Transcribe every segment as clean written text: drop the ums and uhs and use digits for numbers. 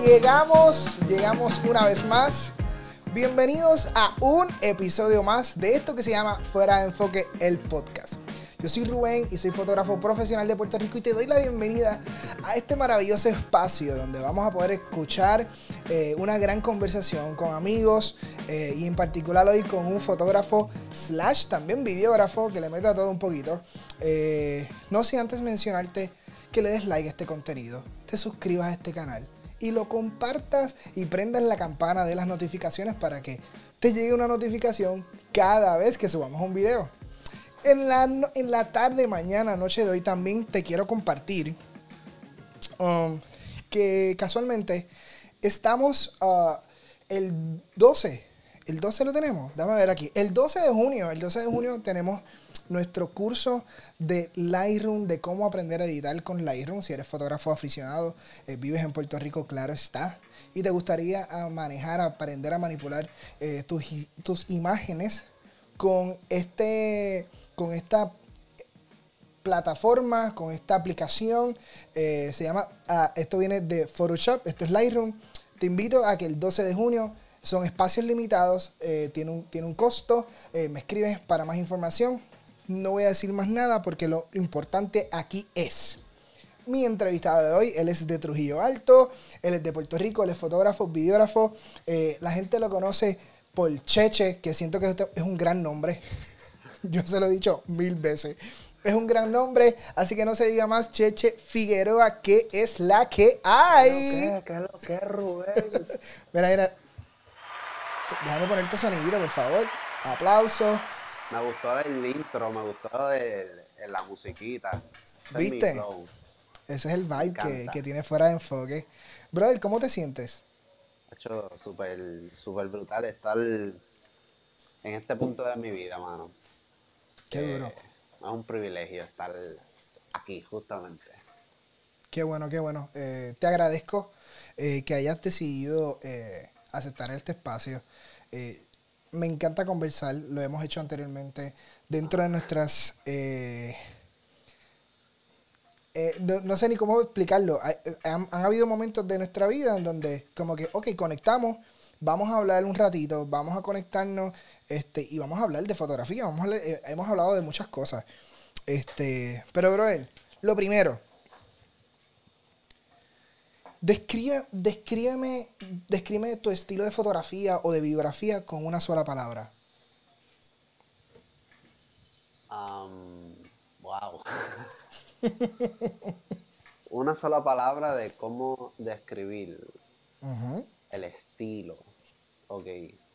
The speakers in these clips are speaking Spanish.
llegamos una vez más. Bienvenidos a un episodio más de esto que se llama Fuera de Enfoque, el podcast. Yo soy Rubén y soy fotógrafo profesional de Puerto Rico y te doy la bienvenida a este maravilloso espacio donde vamos a poder escuchar una gran conversación con amigos y en particular hoy con un fotógrafo / también videógrafo que le meta todo un poquito. No sin antes mencionarte que le des like a este contenido, te suscribas a este canal y lo compartas y prendas la campana de las notificaciones para que te llegue una notificación cada vez que subamos un video. En la tarde, mañana, noche de hoy también te quiero compartir que casualmente estamos el 12 lo tenemos, déjame ver aquí, el 12 de junio tenemos nuestro curso de Lightroom, de cómo aprender a editar con Lightroom. Si eres fotógrafo aficionado, vives en Puerto Rico, claro está, y te gustaría manejar, aprender a manipular tus imágenes con esta plataforma, con esta aplicación, se llama, esto viene de Photoshop, esto es Lightroom. Te invito a que el 12 de junio, son espacios limitados, tiene un costo, me escribes para más información. No voy a decir más nada porque lo importante aquí es mi entrevistado de hoy. Él es de Trujillo Alto, él es de Puerto Rico, él es fotógrafo, videógrafo. La gente lo conoce por Cheche, que siento que es un gran nombre. Yo se lo he dicho 1000 veces. Es un gran nombre, así que no se diga más. Cheche Figueroa, ¿qué es la que hay? ¿Qué es lo que, Rubén? Mira. Déjame ponerte sonidito, por favor. Aplauso. Me gustó el intro, me gustó la musiquita. Ese es mi ¿Viste? flow. Ese es el Me vibe encanta. que tiene Fuera de Enfoque. Brother, ¿cómo te sientes? Ha hecho súper brutal estar en este punto de mi vida, mano. Qué duro. Es un privilegio estar aquí, justamente. Qué bueno, qué bueno. Te agradezco que hayas decidido aceptar este espacio. Me encanta conversar, lo hemos hecho anteriormente dentro de nuestras... no sé ni cómo explicarlo. Han habido momentos de nuestra vida en donde como que, ok, conectamos, vamos a hablar un ratito, vamos a conectarnos y vamos a hablar de fotografía, hemos hablado de muchas cosas. Pero, brother, lo primero, descríbeme tu estilo de fotografía o de videografía con una sola palabra. Wow. Una sola palabra de cómo describir Ujú. el estilo. Ok.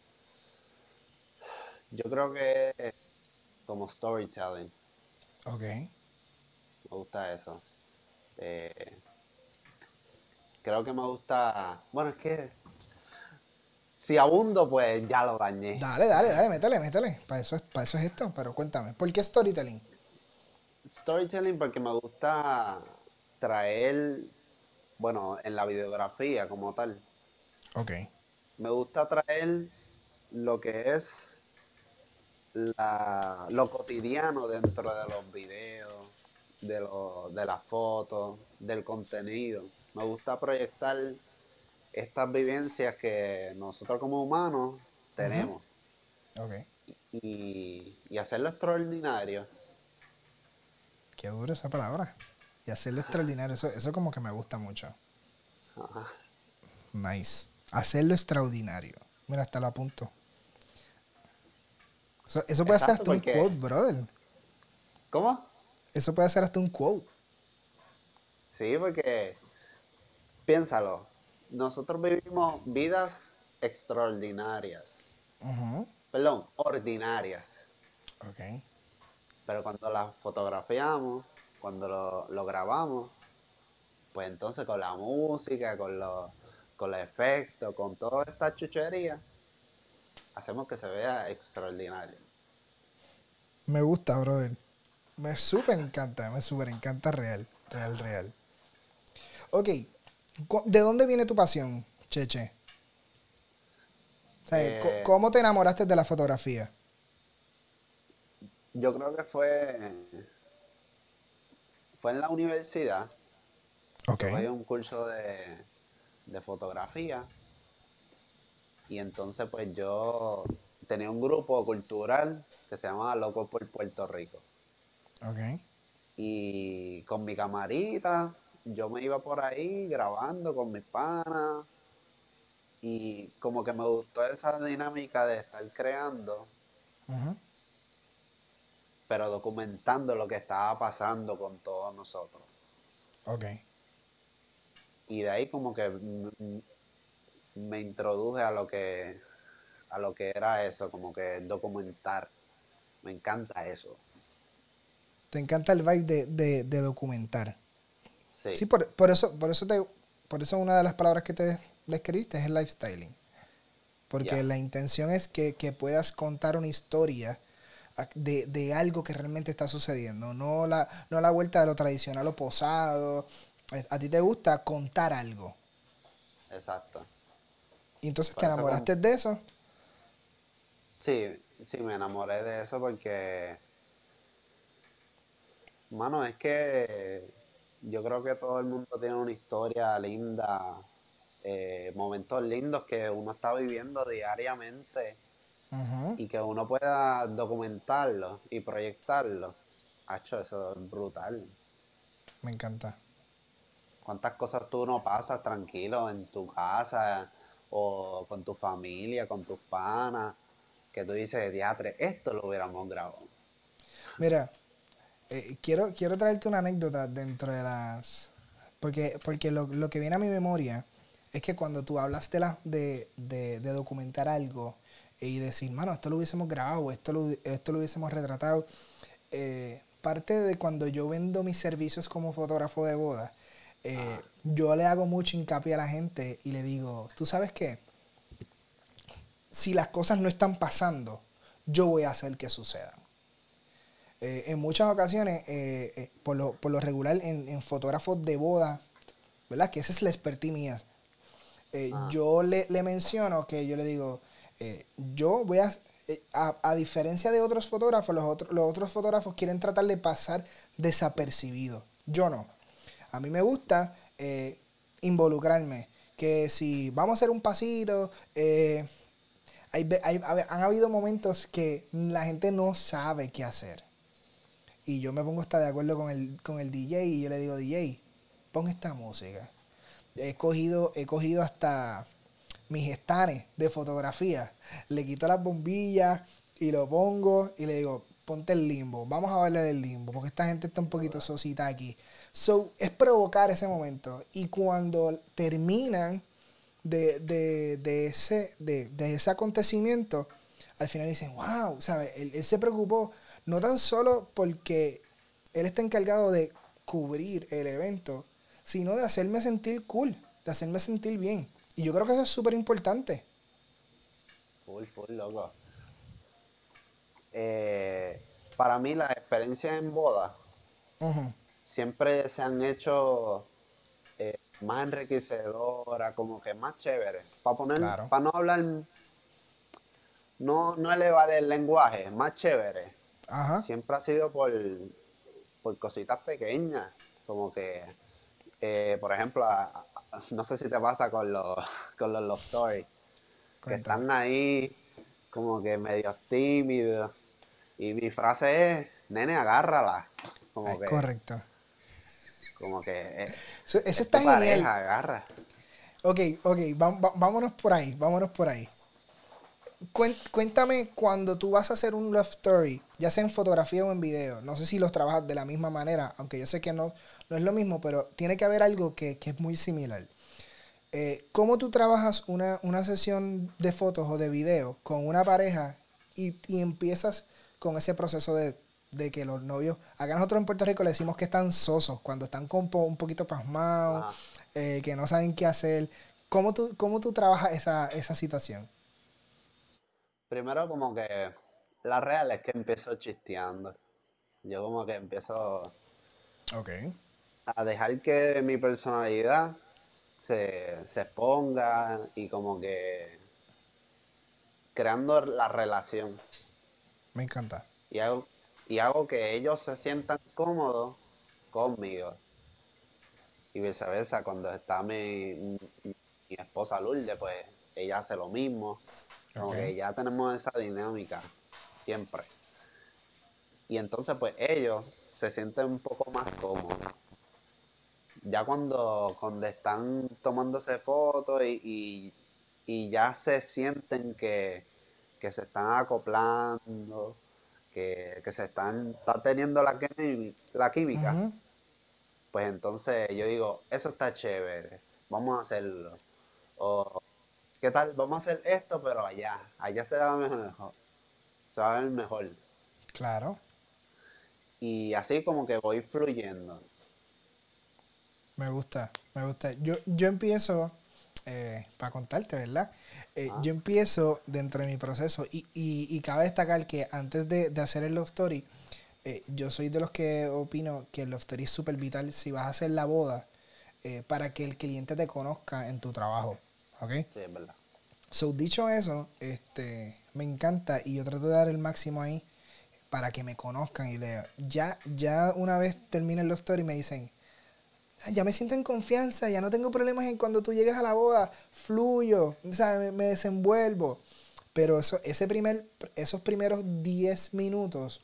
Yo creo que como storytelling. Ok. Me gusta eso. Eh, Creo que me gusta. Bueno, es que si abundo, pues ya lo dañé. Dale, métele. Para eso es esto. Pero cuéntame, ¿por qué storytelling? Storytelling porque me gusta traer, bueno, en la videografía como tal, Ok. me gusta traer lo que es lo cotidiano dentro de los videos, de las fotos, del contenido. Me gusta proyectar estas vivencias que nosotros como humanos Ujú. tenemos Ok. y hacerlo extraordinario. Qué duro esa palabra. Y hacerlo extraordinario. Eso como que me gusta mucho. Ajá. Nice. Hacerlo extraordinario. Mira, hasta lo apunto. Eso puede ser Exacto, hasta un quote, porque... brother. ¿Cómo? Eso puede ser hasta un quote. Sí, porque piénsalo, nosotros vivimos vidas extraordinarias, Ujú. perdón, ordinarias, Ok. pero cuando las fotografiamos, cuando lo grabamos, pues entonces con la música, con los efectos, con toda esta chuchería, hacemos que se vea extraordinario. Me gusta, brother. Me súper encanta real. Ok, ¿de dónde viene tu pasión, Cheche? O sea, Eh, ¿cómo te enamoraste de la fotografía? yo creo que fue en la universidad. Ok. Yo cogí un curso de fotografía. Y entonces pues yo tenía un grupo cultural que se llamaba Locos por Puerto Rico. Ok. Y con mi camarita, yo me iba por ahí grabando con mis panas. Y como que me gustó esa dinámica de estar creando, Ujú. pero documentando lo que estaba pasando con todos nosotros. Ok. Y de ahí como que me introduje a lo que era eso, como que documentar. Me encanta eso. Te encanta el vibe de documentar. Sí, Sí, por eso una de las palabras que te describiste es el lifestyling. Porque ya, la intención es que puedas contar una historia de algo que realmente está sucediendo. No la vuelta de lo tradicional o posado. A ti te gusta contar algo. exacto. Y entonces te Por eso enamoraste de eso. sí, sí me enamoré de eso porque, mano, es que yo creo que todo el mundo tiene una historia linda, momentos lindos que uno está viviendo diariamente Ujú. y que uno pueda documentarlo y proyectarlo. Hacho, eso es brutal. Me encanta. ¿Cuántas cosas tú no pasas tranquilo en tu casa o con tu familia, con tus panas, que tú dices, diatre, esto lo hubiéramos grabado? Mira, quiero traerte una anécdota dentro de las... Porque lo que viene a mi memoria es que cuando tú hablas de documentar algo y decir, mano, esto lo hubiésemos grabado, esto lo hubiésemos retratado, parte de cuando yo vendo mis servicios como fotógrafo de boda, Ah, yo le hago mucho hincapié a la gente y le digo, ¿tú sabes qué? Si las cosas no están pasando, yo voy a hacer que sucedan. En muchas ocasiones, por lo regular, en fotógrafos de boda, ¿verdad? Que esa es la expertise mía. ah, Yo le menciono que yo le digo, yo voy a diferencia de otros fotógrafos, los otros fotógrafos quieren tratar de pasar desapercibido. Yo no. A mí me gusta involucrarme. Que si vamos a hacer un pasito, han habido momentos que la gente no sabe qué hacer. Y yo me pongo hasta de acuerdo con el DJ y yo le digo, DJ, pon esta música. He cogido hasta mis estanes de fotografía. Le quito las bombillas y lo pongo y le digo, ponte el limbo. Vamos a bailar el limbo porque esta gente está un poquito duro. sosita aquí. So, es provocar ese momento. Y cuando terminan de ese acontecimiento, al final dicen, wow, ¿sabes? Él se preocupó no tan solo porque él está encargado de cubrir el evento, sino de hacerme sentir cool, de hacerme sentir bien. Y yo creo que eso es súper importante. Full, full, loco. Eh, para mí las experiencias en boda Ujú. siempre se han hecho más enriquecedoras, como que más chéveres. Claro. Para no hablar, no elevar el lenguaje, más chévere. Ajá. Siempre ha sido por cositas pequeñas, como que, por ejemplo, no sé si te pasa con con los love stories, que Cuéntame. están ahí como que medio tímidos. Y mi frase es, nene, agárrala. Como Ay, que, correcto. como que Eso es está tu genial. pareja, agarra. Ok, ok, vámonos por ahí, vámonos por ahí. Cuéntame cuando tú vas a hacer un love story, ya sea en fotografía o en video. No sé si los trabajas de la misma manera, aunque yo sé que no es lo mismo, pero tiene que haber algo que es muy similar. ¿Cómo tú trabajas una sesión de fotos o de video con una pareja y empiezas con ese proceso de que los novios, acá nosotros en Puerto Rico le decimos que están sosos, cuando están un poquito pasmados, Ajá. que no saben qué hacer? Cómo tú trabajas esa situación? Primero como que la real es que empiezo chisteando. Yo como que empiezo Ok. a dejar que mi personalidad se exponga y como que creando la relación. Me encanta. Y hago, y hago que ellos se sientan cómodos conmigo. Y viceversa, cuando está esposa Lourdes, pues ella hace lo mismo. Como Ok. que ya tenemos esa dinámica siempre. Y entonces pues ellos se sienten un poco más cómodos. Ya cuando están tomándose fotos y ya se sienten que se están acoplando, que está teniendo la química, Ujú. pues entonces yo digo, eso está chévere, vamos a hacerlo. O, ¿qué tal? Vamos a hacer esto, pero allá se va a ver mejor, se va a ver mejor. Claro. Y así como que voy fluyendo. Me gusta, me gusta. Yo empiezo, para contarte, ¿verdad? ¿Ah? Yo empiezo dentro de mi proceso y cabe destacar que antes de hacer el Love Story, yo soy de los que opino que el Love Story es súper vital si vas a hacer la boda para que el cliente te conozca en tu trabajo, ¿ok? Sí, es verdad. So, dicho eso, me encanta y yo trato de dar el máximo ahí para que me conozcan y ya una vez termine el Love Story me dicen, "Ah, ya me siento en confianza, ya no tengo problemas en cuando tú llegas a la boda, fluyo, o sea, me desenvuelvo. Pero esos primeros 10 minutos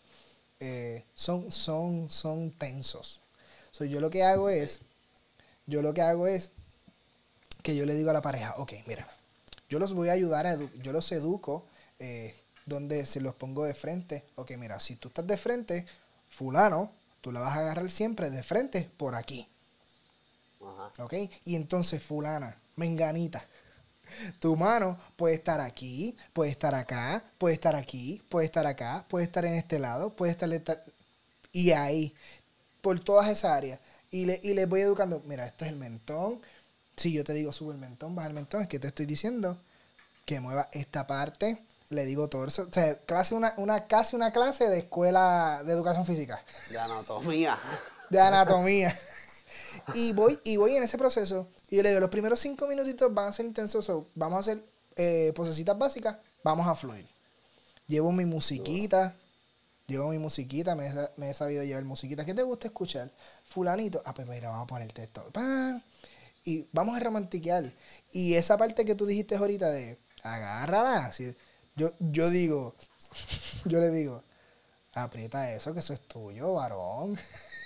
son tensos. So, Sí. yo lo que hago es que yo le digo a la pareja, ok, mira, yo los voy a ayudar, yo los educo, donde se los pongo de frente. Ok, mira, si tú estás de frente, fulano, tú la vas a agarrar siempre de frente por aquí. Ajá. ¿Ok? Y entonces fulana, menganita, tu mano puede estar aquí, puede estar acá, puede estar aquí, puede estar acá, puede estar en este lado, puede estar... Y ahí, por todas esas áreas. Y les voy educando, mira, esto es el mentón. Si yo te digo sube el mentón, baja el mentón, es que te estoy diciendo que mueva esta parte. Le digo torso. O sea, casi una clase de escuela de educación física, De anatomía. de anatomía. Y voy en ese proceso. Y yo le digo, los primeros 5 minutitos van a ser intensos. So, vamos a hacer posecitas básicas. Vamos a fluir. Llevo mi Duro. musiquita. Llevo mi musiquita. Me he sabido llevar musiquita. ¿Qué te gusta escuchar? Fulanito. Ah, pues mira, vamos a ponerte esto. ¡Pam! Y vamos a romantiquear. Y esa parte que tú dijiste ahorita de agárrala. ¿Sí? Yo digo, yo le digo, aprieta eso, que eso es tuyo, varón.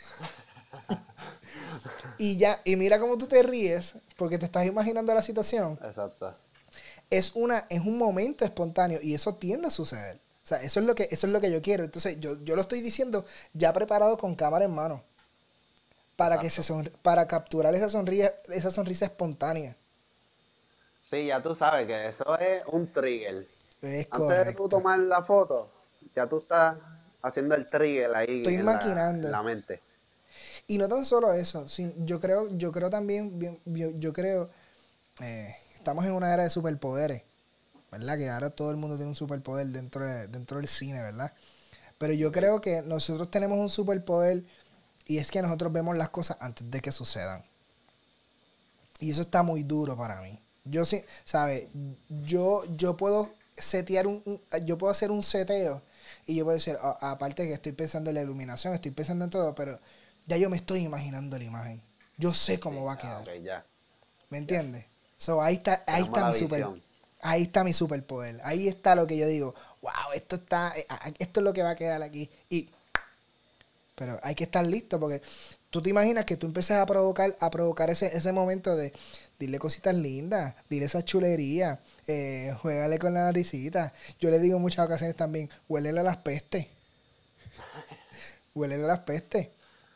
Y ya, y mira cómo tú te ríes, porque te estás imaginando la situación. Exacto. Es un momento espontáneo y eso tiende a suceder. O sea, eso es lo que yo quiero. Entonces, yo lo estoy diciendo ya preparado con cámara en mano para que Exacto. para capturar esa sonrisa espontánea. Sí, ya tú sabes que eso es un trigger. Es Antes de tú correcto. tomar la foto, ya tú estás haciendo el trigger ahí Estoy en maquinando. la mente. Y no tan solo eso, yo creo también, yo creo, estamos en una era de superpoderes, ¿verdad? Que ahora todo el mundo tiene un superpoder dentro del cine, ¿verdad? Pero yo Ok. creo que nosotros tenemos un superpoder y es que nosotros vemos las cosas antes de que sucedan. Y eso está muy duro para mí. Yo sí, ¿sabes? Yo puedo yo puedo hacer un seteo y yo puedo decir, aparte que estoy pensando en la iluminación, estoy pensando en todo, pero ya yo me estoy imaginando la imagen. Yo sé cómo Sí, va a ah, quedar. ok, ya, ¿Me ya. entiendes? So, ahí Tenemos está la mi visión. ahí está mi superpoder. Ahí está lo que yo digo, wow, esto es lo que va a quedar aquí. Pero hay que estar listo porque tú te imaginas que tú empiezas a provocar ese momento de dile cositas lindas, dile esa chulería, juégale con la naricita. Yo le digo en muchas ocasiones también, huélele a las pestes, huélele a las pestes.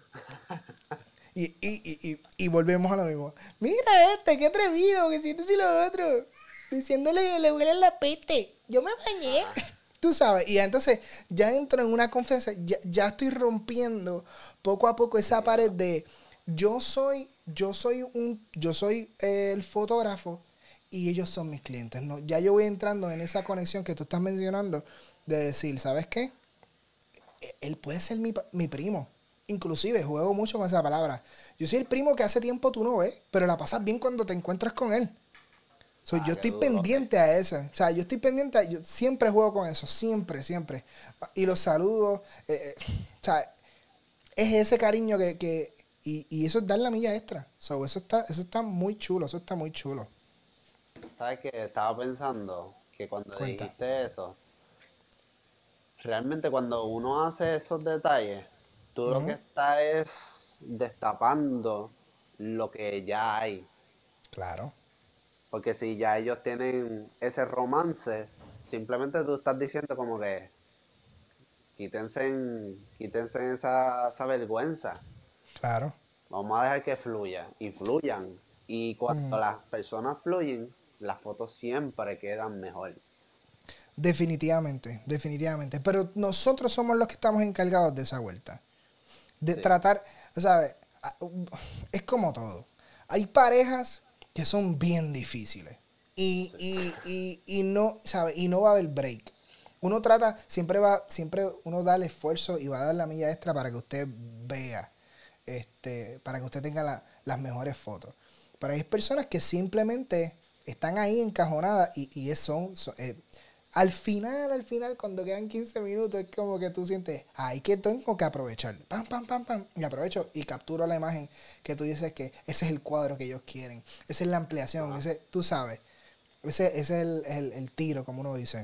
Y volvemos a lo mismo. Mira qué atrevido, que sientes y lo otro. Diciéndole, le huele la peste. Yo me bañé. Ajá. Tú sabes, y entonces ya entro en una confianza, ya estoy rompiendo poco a poco esa pared Entiendo. de yo soy el fotógrafo y ellos son mis clientes, ¿no? Ya yo voy entrando en esa conexión que tú estás mencionando de decir, ¿sabes qué? Él puede ser mi primo. Inclusive juego mucho con esa palabra. Yo soy el primo que hace tiempo tú no ves, pero la pasas bien cuando te encuentras con él. Yo Ah, qué estoy duro, sí. pendiente a eso. O sea, yo estoy pendiente, yo siempre juego con eso, siempre, siempre. Y los saludos. O sea, es ese cariño y eso es dar la milla extra. So, eso está muy chulo, eso está muy chulo. ¿Sabes qué? Estaba pensando que cuando Cuenta. dijiste eso, realmente cuando uno hace esos detalles, tú lo que Ujú. estás es destapando lo que ya hay. Claro. Porque si ya ellos tienen ese romance, simplemente tú estás diciendo como que quítense esa vergüenza. Claro. Vamos a dejar que fluya y fluyan. Y cuando Ujú. las personas fluyen, las fotos siempre quedan mejor. Definitivamente, definitivamente. Pero nosotros somos los que estamos encargados de esa vuelta. De Sí, tratar, ¿sabes? Es como todo. Hay parejas que son bien difíciles. sí, Y no, ¿sabes? Y no va a haber break. Uno trata, siempre uno da el esfuerzo y va a dar la milla extra para que usted vea, para que usted tenga las mejores fotos. Pero hay personas que simplemente están ahí encajonadas al final, cuando quedan 15 minutos, es como que tú sientes, ay, que tengo que aprovechar. Pam, pam, pam, pam. Y aprovecho y capturo la imagen que tú dices que ese es el cuadro que ellos quieren. Esa es la ampliación, ajá, tú sabes. Ese es el tiro, como uno dice.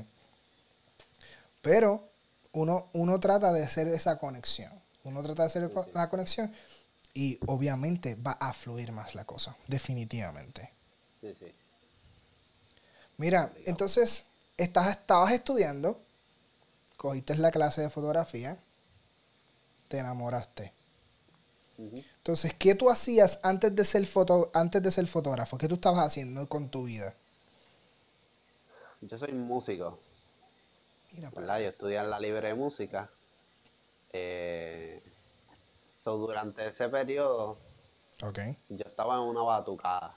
Pero uno trata de hacer esa conexión. Uno trata de hacer sí, sí, la conexión y obviamente va a fluir más la cosa. Definitivamente. sí, sí, Mira, obligado. entonces estabas estudiando, cogiste la clase de fotografía, te enamoraste. Ujú. Entonces, ¿qué tú hacías antes de ser fotógrafo? ¿Qué tú estabas haciendo con tu vida? Yo soy músico, Mira para ¿verdad? allá. Yo estudié en la libre de música. Eh, durante ese periodo, Ok, yo estaba en una batucada.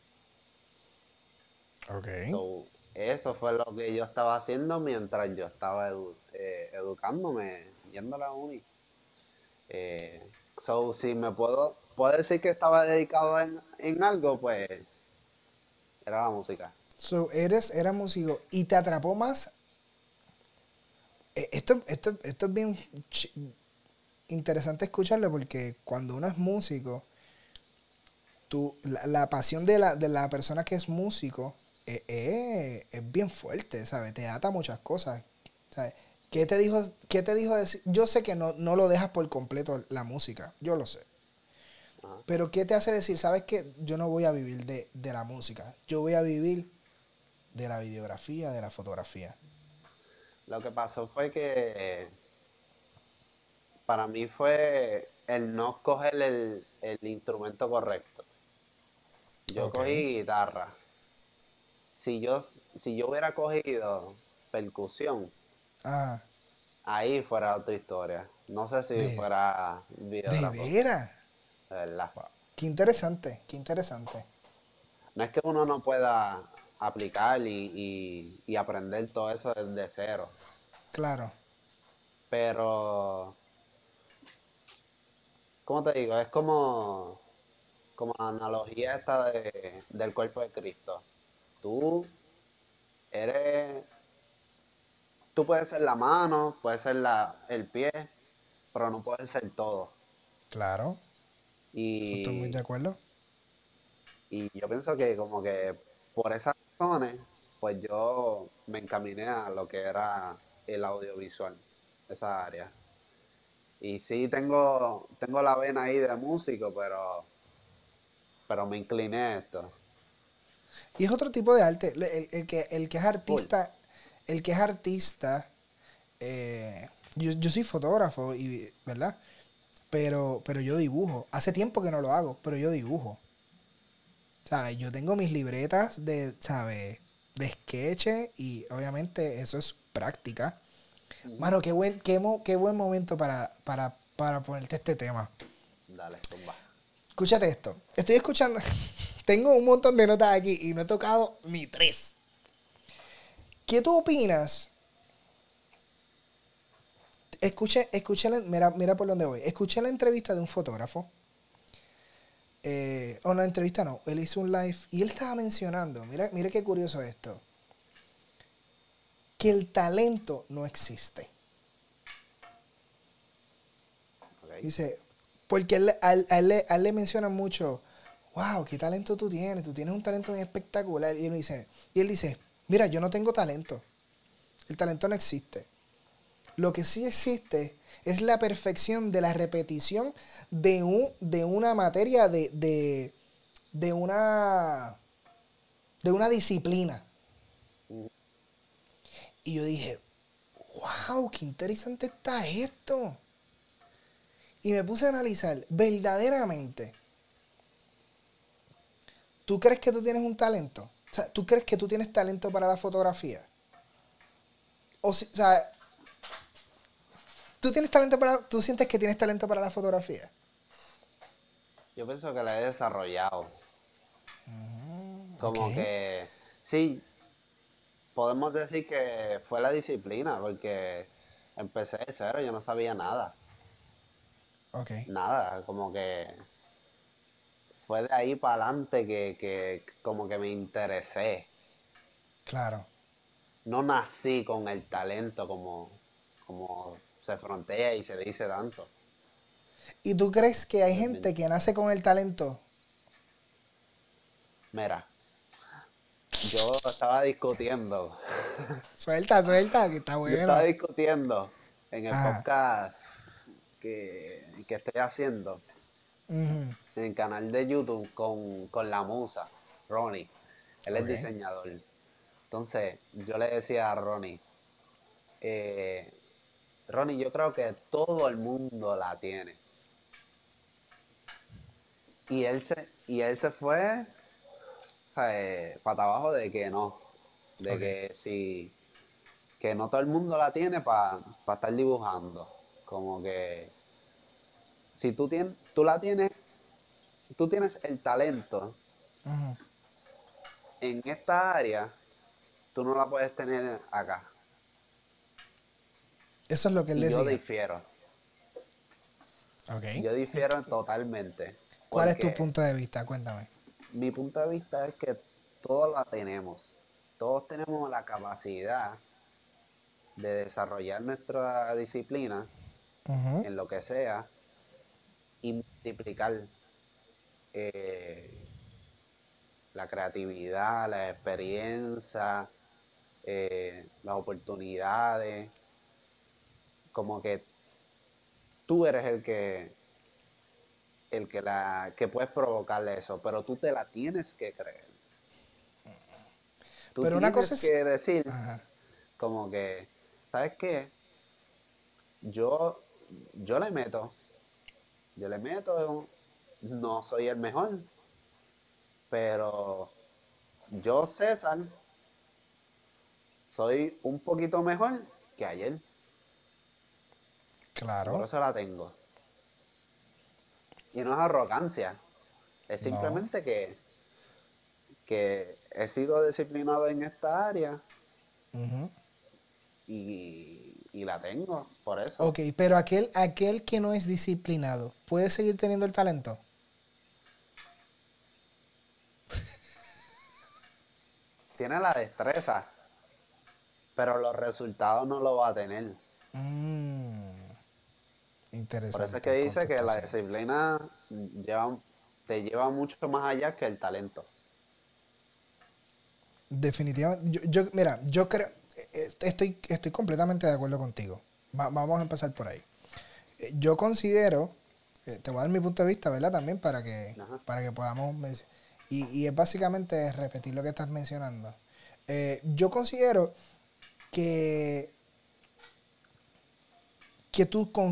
ok. So, eso fue lo que yo estaba haciendo mientras yo estaba educándome, yendo a la uni. Si puedo decir que estaba dedicado en algo, pues era la música. So, eras músico y te atrapó más. Esto es bien interesante escucharlo porque cuando uno es músico, la pasión de la persona que es músico es bien fuerte, ¿sabes? Te ata muchas cosas, ¿sabes? Sí. Qué te dijo decir? Yo sé que no lo dejas por completo la música, yo lo sé. Ajá. Pero ¿qué te hace decir? ¿Sabes qué? Yo no voy a vivir de la música, yo voy a vivir de la videografía, de la fotografía. Lo que pasó fue que para mí fue el no coger el instrumento correcto. Yo Ok. cogí guitarra. Si yo hubiera cogido percusión, Ah, ahí fuera otra historia. No sé si de, fuera de videógrafo, veras. de verdad. Wow. Qué interesante, qué interesante. No es que uno no pueda aplicar y aprender todo eso desde cero, Claro. pero, ¿cómo te digo? Es como la analogía esta del cuerpo de Cristo. Tú eres, tú puedes ser la mano, puedes ser el pie, pero no puedes ser todo. Claro, eso estoy muy de Y, acuerdo. y yo pienso que como que por esas razones, pues yo me encaminé a lo que era el audiovisual, esa área. Y sí tengo la vena ahí de músico, pero me incliné a esto. Y es otro tipo de arte. El que es Full. artista, el que es artista, yo soy fotógrafo, ¿verdad? Pero yo dibujo. Hace tiempo que no lo hago, pero yo dibujo. ¿Sabes? Yo tengo mis libretas ¿sabes? De sketch y obviamente eso es práctica. Ujú. Mano, qué buen momento para ponerte este tema. Dale, zumba. Escúchate esto. Estoy escuchando. Tengo un montón de notas aquí y no he tocado ni tres. ¿Qué tú opinas? Mira por dónde voy. Escuché la entrevista de un fotógrafo. O la entrevista no. Él hizo un live y él estaba mencionando. Mira qué curioso esto. Que el talento no existe. Ok. Dice, porque a él le mencionan mucho. wow, qué talento tú tienes un talento bien espectacular. Y él dice, mira, yo no tengo talento, el talento no existe. Lo que sí existe es la perfección de la repetición de una materia, de una, de una disciplina. Mm. Y yo dije, wow, qué interesante está esto. Y me puse a analizar, verdaderamente, ¿tú crees que tú tienes un talento? O sea, ¿tú crees que tú tienes talento para la fotografía? O sea, ¿tú sientes que tienes talento para la fotografía? Yo pienso que la he desarrollado. Ok, Como que sí, podemos decir que fue la disciplina, porque empecé de cero, yo no sabía nada. ok, Nada, como que fue de ahí para adelante que como que me interesé. claro. No nací con el talento como se frontea y se dice tanto. ¿Y tú crees que hay gente Realmente. que nace con el talento? Mira, yo estaba discutiendo, Suelta, suelta, que está yo estaba bueno. discutiendo en el Ajá. podcast que estoy haciendo Ujú. en el canal de YouTube con la musa, Ronnie. Él es Ok, diseñador. Entonces, yo le decía a Ronnie, eh, Ronnie, yo creo que todo el mundo la tiene. Y él se fue, o sea, para abajo de que no. De ok, que si, que no todo el mundo la tiene para estar dibujando. Como que si tú tienes el talento ujú. en esta área, tú no la puedes tener acá. Eso es lo que él Y yo decía. difiero. Ok. Yo ¿Y difiero totalmente. cuál es tu Porque punto de vista? Cuéntame. mi punto de vista es que todos la tenemos. Todos tenemos la capacidad de desarrollar nuestra disciplina Ujú, en lo que sea y multiplicar eh, la creatividad, la experiencia, las oportunidades. Como que tú eres el que puedes provocarle eso, pero tú te la tienes que creer. Tú pero una cosa tienes es... que decir Ajá. como que, ¿sabes qué? Yo, yo le meto, yo le meto, no soy el mejor, pero yo, César, soy un poquito mejor que ayer. Y por Claro. eso la tengo. Y no es arrogancia, es No. simplemente que he sido disciplinado en esta área Ujú. y la tengo, por eso. Ok, pero aquel que no es disciplinado, ¿puede seguir teniendo el talento? Tiene la destreza, pero los resultados no lo va a tener. Mm, Por eso es que interesante dice que la contestación. disciplina te lleva mucho más allá que el talento. Definitivamente. Mira, yo creo, estoy completamente de acuerdo contigo. Vamos a empezar por ahí. Yo considero, te voy a dar mi punto de vista, ¿verdad? También Ajá. para que podamos... y es básicamente repetir lo que estás mencionando. Yo considero que, que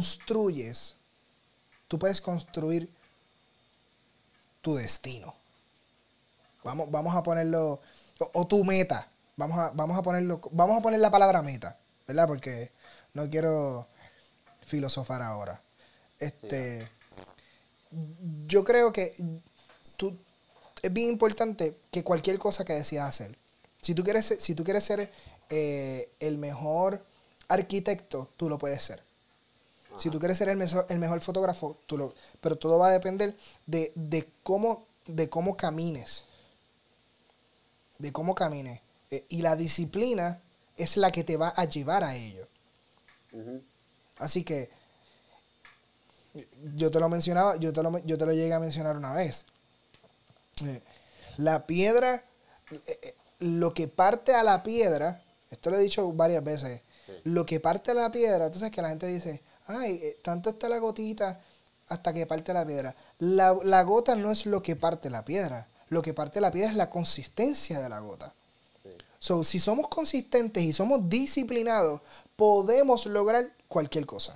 tú puedes construir tu destino. Vamos a ponerlo, o tu meta. Vamos a poner la palabra meta, ¿verdad? Porque no quiero filosofar ahora. Sí, dale. Este, yo creo que tú, es bien importante que cualquier cosa que decidas hacer, si tú quieres ser el mejor arquitecto, tú lo puedes ser. Si Ajá. tú quieres ser el mejor fotógrafo, pero todo va a depender de cómo camines, de cómo camines. Y la disciplina es la que te va a llevar a ello. Ujú. Así que yo te lo mencionaba, yo te lo llegué a mencionar una vez. eh, la piedra, lo que parte a la piedra, esto lo he dicho varias veces, Sí, lo que parte a la piedra, entonces que la gente dice, ay, tanto está la gotita hasta que parte la piedra. La gota no es lo que parte la piedra, lo que parte la piedra es la consistencia de la gota. sí. So, si somos consistentes y somos disciplinados, podemos lograr cualquier cosa.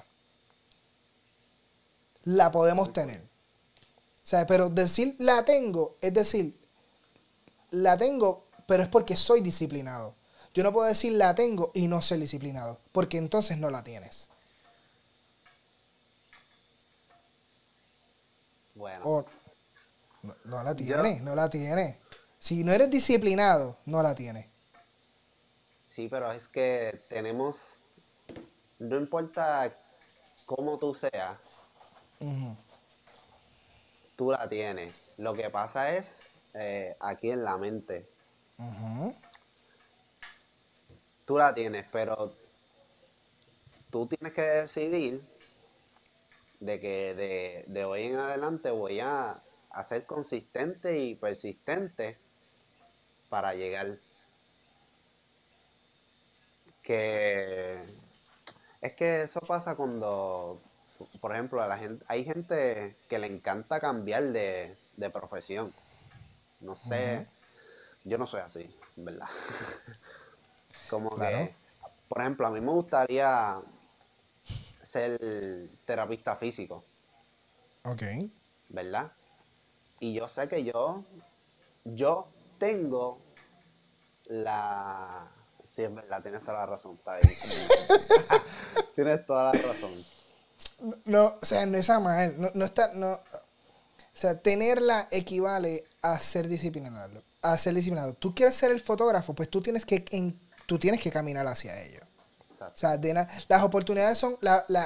La podemos Full, full. tener. O sea, pero decir la tengo, es decir, la tengo, pero es porque soy disciplinado. Yo no puedo decir la tengo y no ser disciplinado, porque entonces no la tienes. Bueno, O no la yo tienes, no la tienes. Si no eres disciplinado, no la tienes. sí, pero es que tenemos, no importa cómo tú seas, Ujú, tú la tienes. Lo que pasa es aquí en la mente. ujú. Tú la tienes, pero tú tienes que decidir de que de hoy en adelante voy a ser consistente y persistente para llegar. Que es que eso pasa cuando, por ejemplo, a la gente, hay gente que le encanta cambiar de profesión. No sé, yo no soy así, en verdad. Como Claro. que, por ejemplo, a mí me gustaría ser terapista físico, Ok. ¿verdad? Y yo sé que yo tengo la... Sí, es verdad, tienes toda la razón, está bien. Tienes toda la razón. No, o sea, no está mal. No, no está, no. O sea, tenerla equivale a ser disciplinado. A ser disciplinado. Tú quieres ser el fotógrafo, pues tú tienes que caminar hacia ello. O Exacto. sea, las oportunidades son,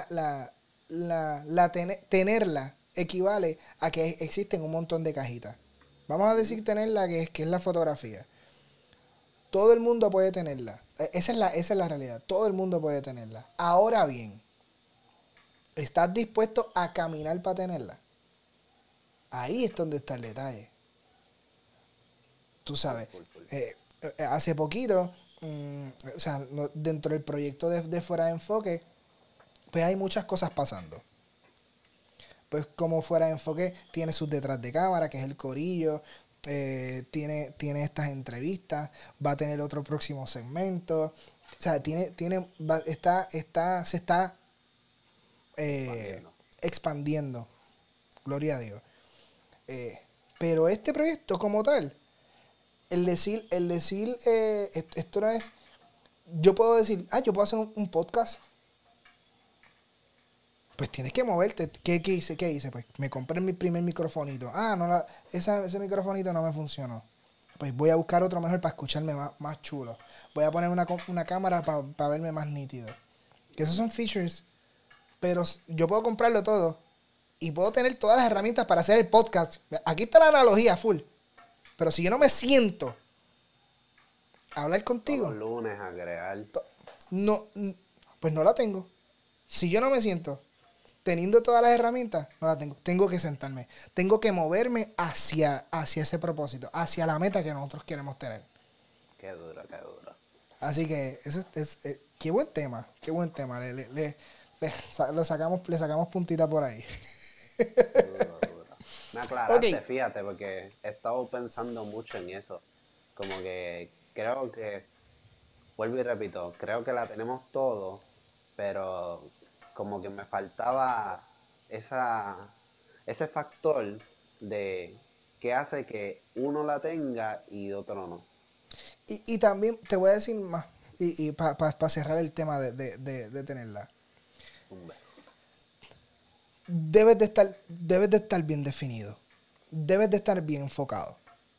tenerla equivale a que existen un montón de cajitas. Vamos a Ujú. decir tenerla que es la fotografía. Todo el mundo puede tenerla. Esa es la realidad. Todo el mundo puede tenerla. Ahora bien, ¿estás dispuesto a caminar para tenerla? Ahí es donde está el detalle. Tú Full, sabes, full, full. hace poquito, o sea, dentro del proyecto de Fuera de Enfoque, pues hay muchas cosas pasando. Pues como Fuera de Enfoque tiene sus detrás de cámara, que es el corillo, tiene estas entrevistas, va a tener otro próximo segmento, o sea, se está eh, Expandiendo. expandiendo, gloria a Dios. Eh, pero este proyecto como tal, esto no es, yo puedo decir, yo puedo hacer un podcast. Pues tienes que moverte. ¿Qué hice? ¿Qué hice? Pues me compré mi primer microfonito. No ese microfonito no me funcionó. Pues voy a buscar otro mejor para escucharme más chulo. Voy a poner una cámara para verme más nítido. Que esos Ujú. son features. Pero yo puedo comprarlo todo. Y puedo tener todas las herramientas para hacer el podcast. Aquí está la analogía full. Pero si yo no me siento a hablar Todos los contigo, lunes a crear. no, pues no la tengo. Si yo no me siento teniendo todas las herramientas, no la tengo. Tengo que sentarme. Tengo que moverme hacia ese propósito, hacia la meta que nosotros queremos tener. Qué duro, qué duro. Así que qué buen tema, qué buen tema. Le sacamos puntita por ahí. Duro, duro. Me Ok, aclaraste, fíjate, porque he estado pensando mucho en eso. Como que creo que, vuelvo y repito, creo que la tenemos todo, pero como que me faltaba esa, ese factor de qué hace que uno la tenga y otro no. y también te voy a decir más, y para cerrar el tema de tenerla. Zumbe. Debes de estar bien definido. Debes de estar bien enfocado.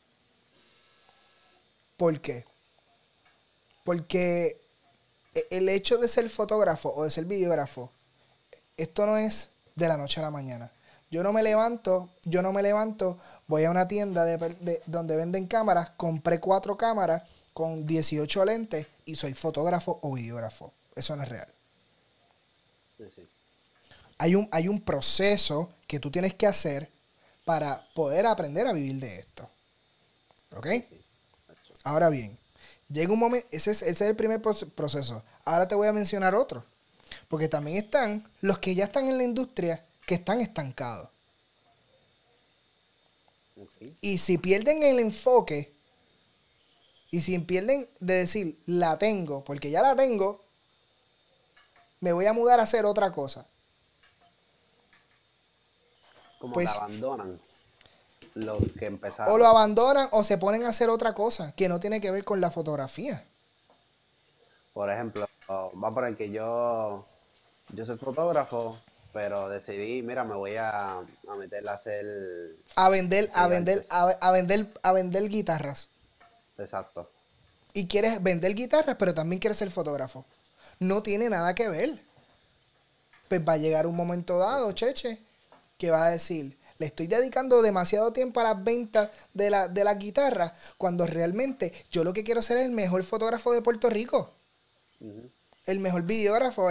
¿Por qué? Porque el hecho de ser fotógrafo o de ser videógrafo, esto no es de la noche a la mañana. Yo no me levanto, voy a una tienda donde venden cámaras, compré 4 cámaras con 18 lentes y soy fotógrafo o videógrafo. Eso no es real. Sí, sí. Hay un proceso que tú tienes que hacer para poder aprender a vivir de esto. ¿Ok? Sí, sí. Hecho. Ahora bien, llega un momento, ese es el primer proceso. Ahora te voy a mencionar otro. Porque también están los que ya están en la industria que están estancados. Ok. Y si pierden el enfoque, y si pierden de decir, la tengo, porque ya la tengo, me voy a mudar a hacer otra cosa. Como que Pues abandonan los que o lo empezaron. abandonan o se ponen a hacer otra cosa que no tiene que ver con la fotografía. Por ejemplo, va a poner que yo soy fotógrafo, pero decidí, mira, me voy a meter a hacer A vender, a vender, artes. a vender guitarras. Exacto. Y quieres vender guitarras, pero también quieres ser fotógrafo. No tiene nada que ver. Pues va a llegar un momento Sí, dado, sí. Cheche, que va a decir, le estoy dedicando demasiado tiempo a las ventas de la guitarra, cuando realmente yo lo que quiero ser es el mejor fotógrafo de Puerto Rico, Ujú. el mejor videógrafo,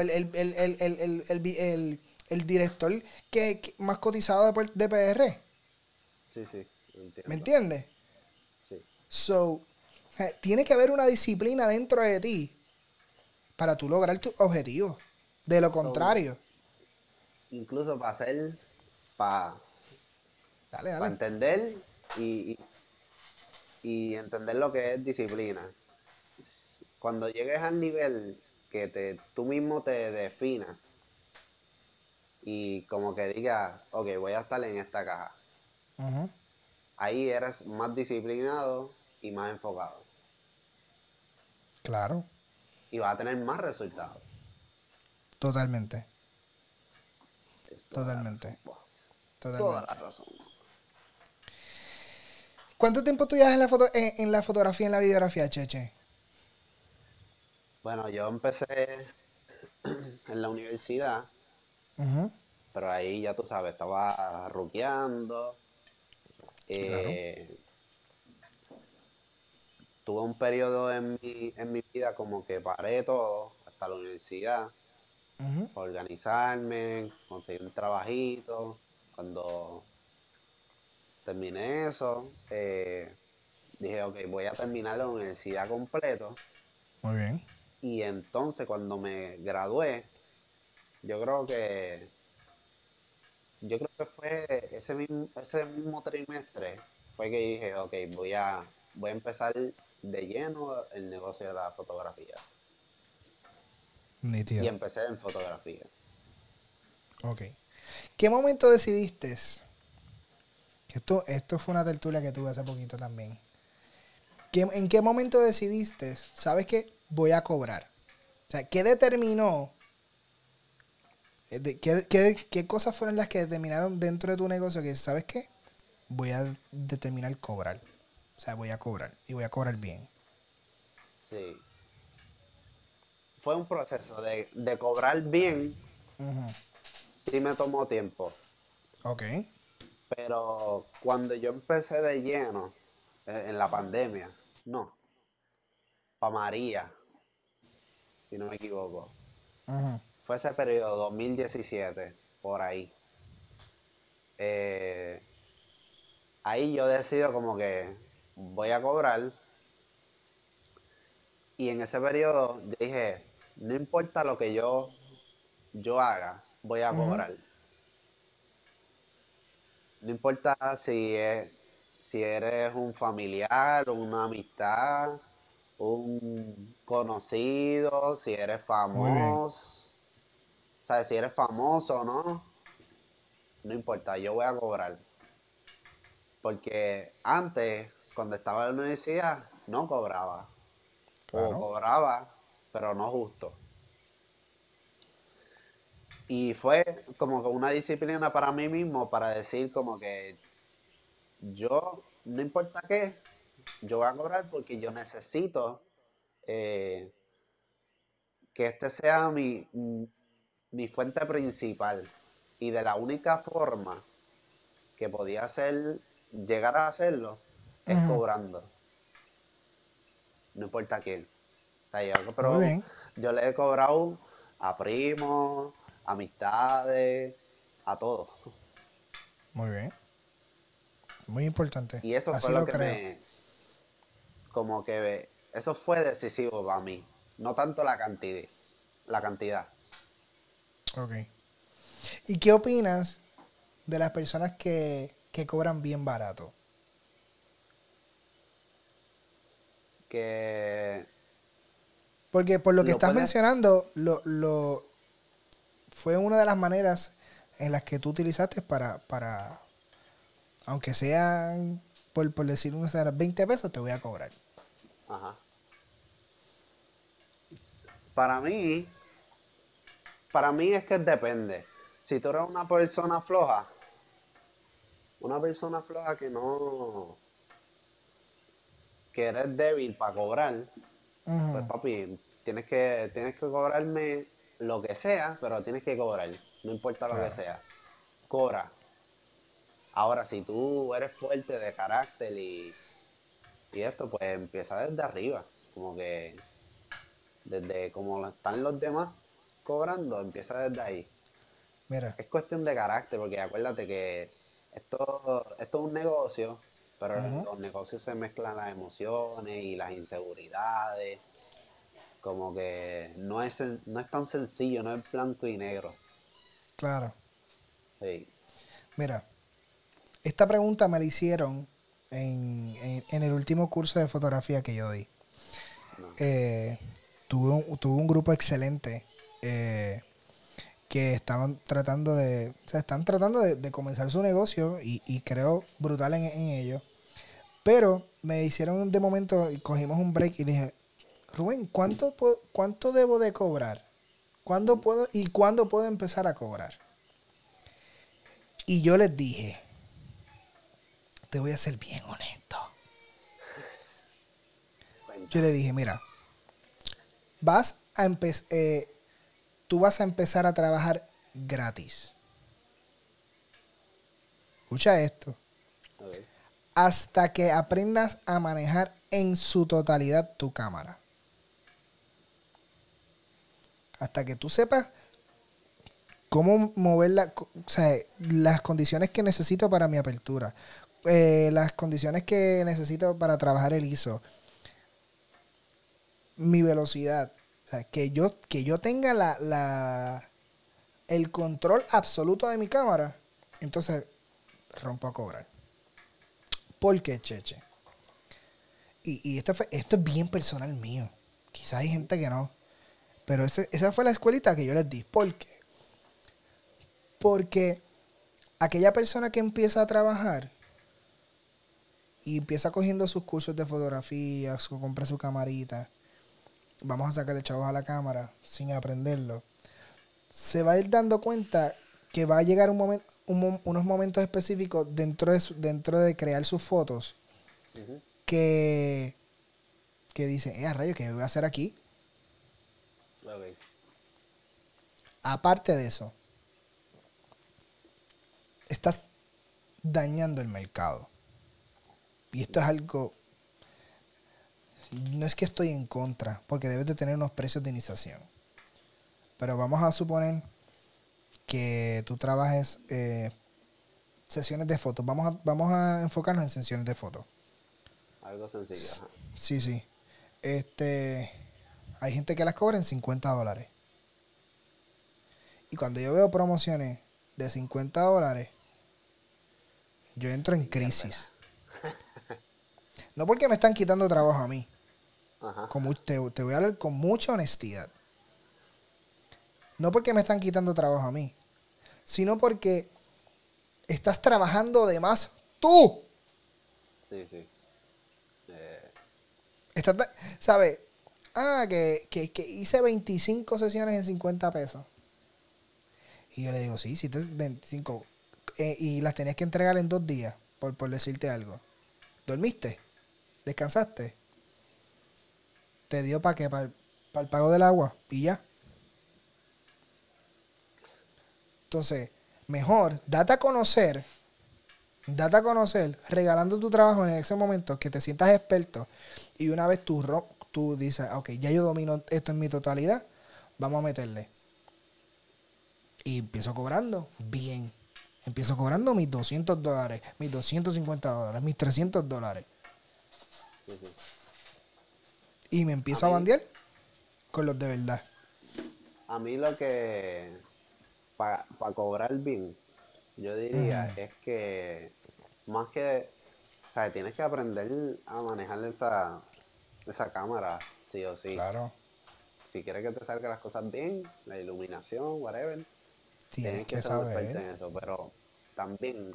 el director más cotizado de PR. Sí, sí, ¿Me entiendo. entiendes? Sí. So, tiene que haber una disciplina dentro de ti para tú lograr tus objetivos. De lo So, contrario, incluso para hacer, para dale, dale. entender y, y entender lo que es disciplina. Cuando llegues al nivel que tú mismo te definas y como que digas, ok, voy a estar en esta caja, Ujú, ahí eres más disciplinado y más enfocado claro, y vas a tener más resultados. totalmente, Es toda la razón, totalmente, po. Toda la totalmente. razón. ¿Cuánto tiempo tú llevas en en la fotografía y en la videografía, Cheche? Bueno, yo empecé en la universidad, Ujú, pero ahí ya tú sabes, estaba ruqueando. claro. eh, Tuve un periodo en mi vida como que paré todo, hasta la universidad, Ujú, para organizarme, conseguir un trabajito. Cuando terminé eso, dije, ok, voy a terminar la universidad completo. muy bien. Y entonces cuando me gradué, yo creo que, yo creo que fue ese mismo trimestre, fue que dije, ok, voy a empezar de lleno el negocio de la fotografía. Y Nítido. empecé en fotografía. Ok. ¿Qué momento decidiste? Esto fue una tertulia que tuve hace poquito también. ¿En qué momento decidiste? ¿Sabes qué? Voy a cobrar. O sea, ¿qué determinó? ¿Qué cosas fueron las que determinaron dentro de tu negocio que, ¿sabes qué? Voy a determinar cobrar. O sea, voy a cobrar. Y voy a cobrar bien. Sí. Fue un proceso de cobrar bien, Ujú. sí me tomó tiempo. Ok. Pero cuando yo empecé de lleno, en la pandemia, no, para María, si no me equivoco. Ujú. Fue ese periodo, 2017 por ahí. Eh, Ahí yo decido como que voy a cobrar. Y en ese periodo yo dije, no importa lo que yo haga, voy a Ujú. cobrar. No importa si eres un familiar, una amistad, un conocido, si eres Muy bien. famoso, ¿sabes? Si eres famoso o no, no importa, yo voy a cobrar. Porque antes, cuando estaba en la universidad, no cobraba. O Claro. cobraba, pero no justo. Y fue como que una disciplina para mí mismo para decir como que yo, no importa qué, yo voy a cobrar porque yo necesito eh, que este sea mi fuente principal. Y de la única forma que podía hacer, llegar a hacerlo, es Ujú. cobrando. No importa quién. O sea, Muy pero bien. yo le he cobrado a primos, amistades, a todos. Muy bien. Muy importante. Y eso fue Así lo lo que creo. como que eso fue decisivo para mí. No tanto la cantidad. La cantidad. Ok. ¿Y qué opinas de las personas que cobran bien barato? Que Porque por lo que lo estás puedes. mencionando, fue una de las maneras en las que tú utilizaste para aunque sean, por decir unos 20 pesos, te voy a cobrar. Ajá. Para mí, para mí es que depende. Si tú eres una persona floja que eres débil para cobrar, pues Ujú, papi, tienes que cobrarme lo que sea, pero tienes que cobrar, no importa lo que claro. sea. Cobra. Ahora, si tú eres fuerte de carácter y esto, pues empieza desde arriba. Como que desde como están los demás cobrando, empieza desde ahí. Mira, Es cuestión de carácter, porque acuérdate que esto es un negocio, pero en ujú, los negocios se mezclan las emociones y las inseguridades. Como que no es tan sencillo, no es blanco y negro. claro. Sí. Mira, esta pregunta me la hicieron en el último curso de fotografía que yo di. No. Eh, tuve un grupo excelente eh, que estaban tratando o sea, están tratando de comenzar su negocio y creo brutal en ello. Pero me hicieron de momento y cogimos un break y dije, Rubén, ¿cuánto debo de cobrar? ¿Cuándo puedo empezar a cobrar? Y yo les dije, te voy a ser bien honesto. Yo le Cuéntame. dije, mira, vas a empezar, tú vas a empezar a trabajar gratis. Escucha esto. Ok. Hasta que aprendas a manejar en su totalidad tu cámara. Hasta que tú sepas cómo moverla, o sea, las condiciones que necesito para mi apertura, las condiciones que necesito para trabajar el ISO, mi velocidad. O sea, que yo tenga el control absoluto de mi cámara, entonces rompo a cobrar. ¿Por qué, Cheche? Y esto es bien personal mío. Quizás hay Ujú. gente que no. Pero esa fue la escuelita que yo les di. ¿Por qué? Porque aquella persona que empieza a trabajar y empieza cogiendo sus cursos de fotografía, compra su camarita, vamos a sacarle chavos a la cámara sin aprenderlo, se va a ir dando cuenta que va a llegar unos momentos específicos dentro de crear sus fotos Ujú. que, que dice, rayo, ¿qué voy a hacer aquí? Ok. Aparte de eso, estás dañando el mercado. Y esto es algo, no es que estoy en contra, porque debes de tener unos precios de iniciación. Pero vamos a suponer que tú trabajes sesiones de fotos. Vamos a enfocarnos en sesiones de fotos. Algo sencillo, ajá. Sí, sí. Este, hay gente que las cobra en $50. Y cuando yo veo promociones de $50, yo entro en Piérdela. crisis. No porque me están quitando trabajo a mí. Ajá. Te voy a hablar con mucha honestidad. No porque me están quitando trabajo a mí, sino porque estás trabajando de más tú. Sí, sí. Eh, Estás, ¿sabes? Que hice 25 sesiones en 50 pesos. Y yo le digo, sí, hiciste 25. Y las tenías que entregar en 2 días, por decirte algo. ¿Dormiste? ¿Descansaste? ¿Te dio para qué? ¿Para el pago del agua? Y ya. Entonces, mejor, date a conocer, regalando tu trabajo en ese momento, que te sientas experto. Y una vez tú dices, ok, ya yo domino esto en mi totalidad, vamos a meterle. Y empiezo cobrando bien. Empiezo cobrando mis $200, mis $250, mis $300. sí, sí. Y me A empiezo a mí, bandear con los de verdad. a mí lo que, para cobrar bien, yo diría, Ujú, es que más que, o sea, tienes que aprender a manejar esa cámara, sí o sí. claro, Si quieres que te salgan las cosas bien, la iluminación, whatever, tienes tienes que que ser un experto saber. en eso. Pero también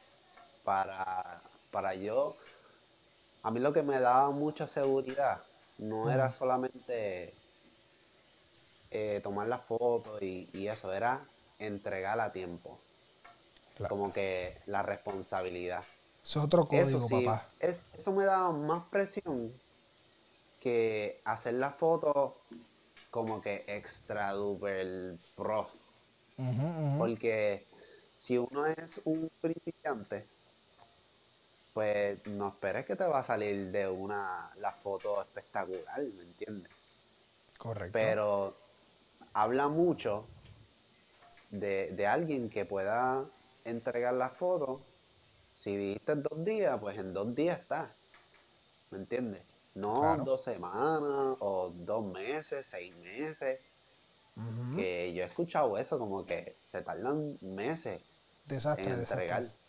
para yo, a mí lo que me daba mucha seguridad no era Ujú, solamente tomar la foto y eso, era entregar a tiempo, claro. como que la responsabilidad. Eso es otro Eso código, sí, papá. eso me daba más presión que hacer la foto como que extra duper pro. Ujú, ujú. Porque si uno es un principiante, pues no esperes que te va a salir de la foto espectacular, ¿me entiendes? Correcto. Pero habla mucho de alguien que pueda entregar la foto. Si dijiste 2 días, pues en 2 días está, ¿me entiendes? No Claro. 2 semanas o 2 meses, 6 meses, Ujú. que yo he escuchado eso como que se tardan meses en Desastre, entregar. desastres.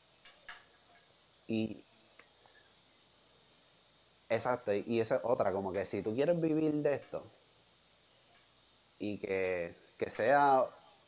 Y exacto, y esa es otra, como que si tú quieres vivir de esto y que sea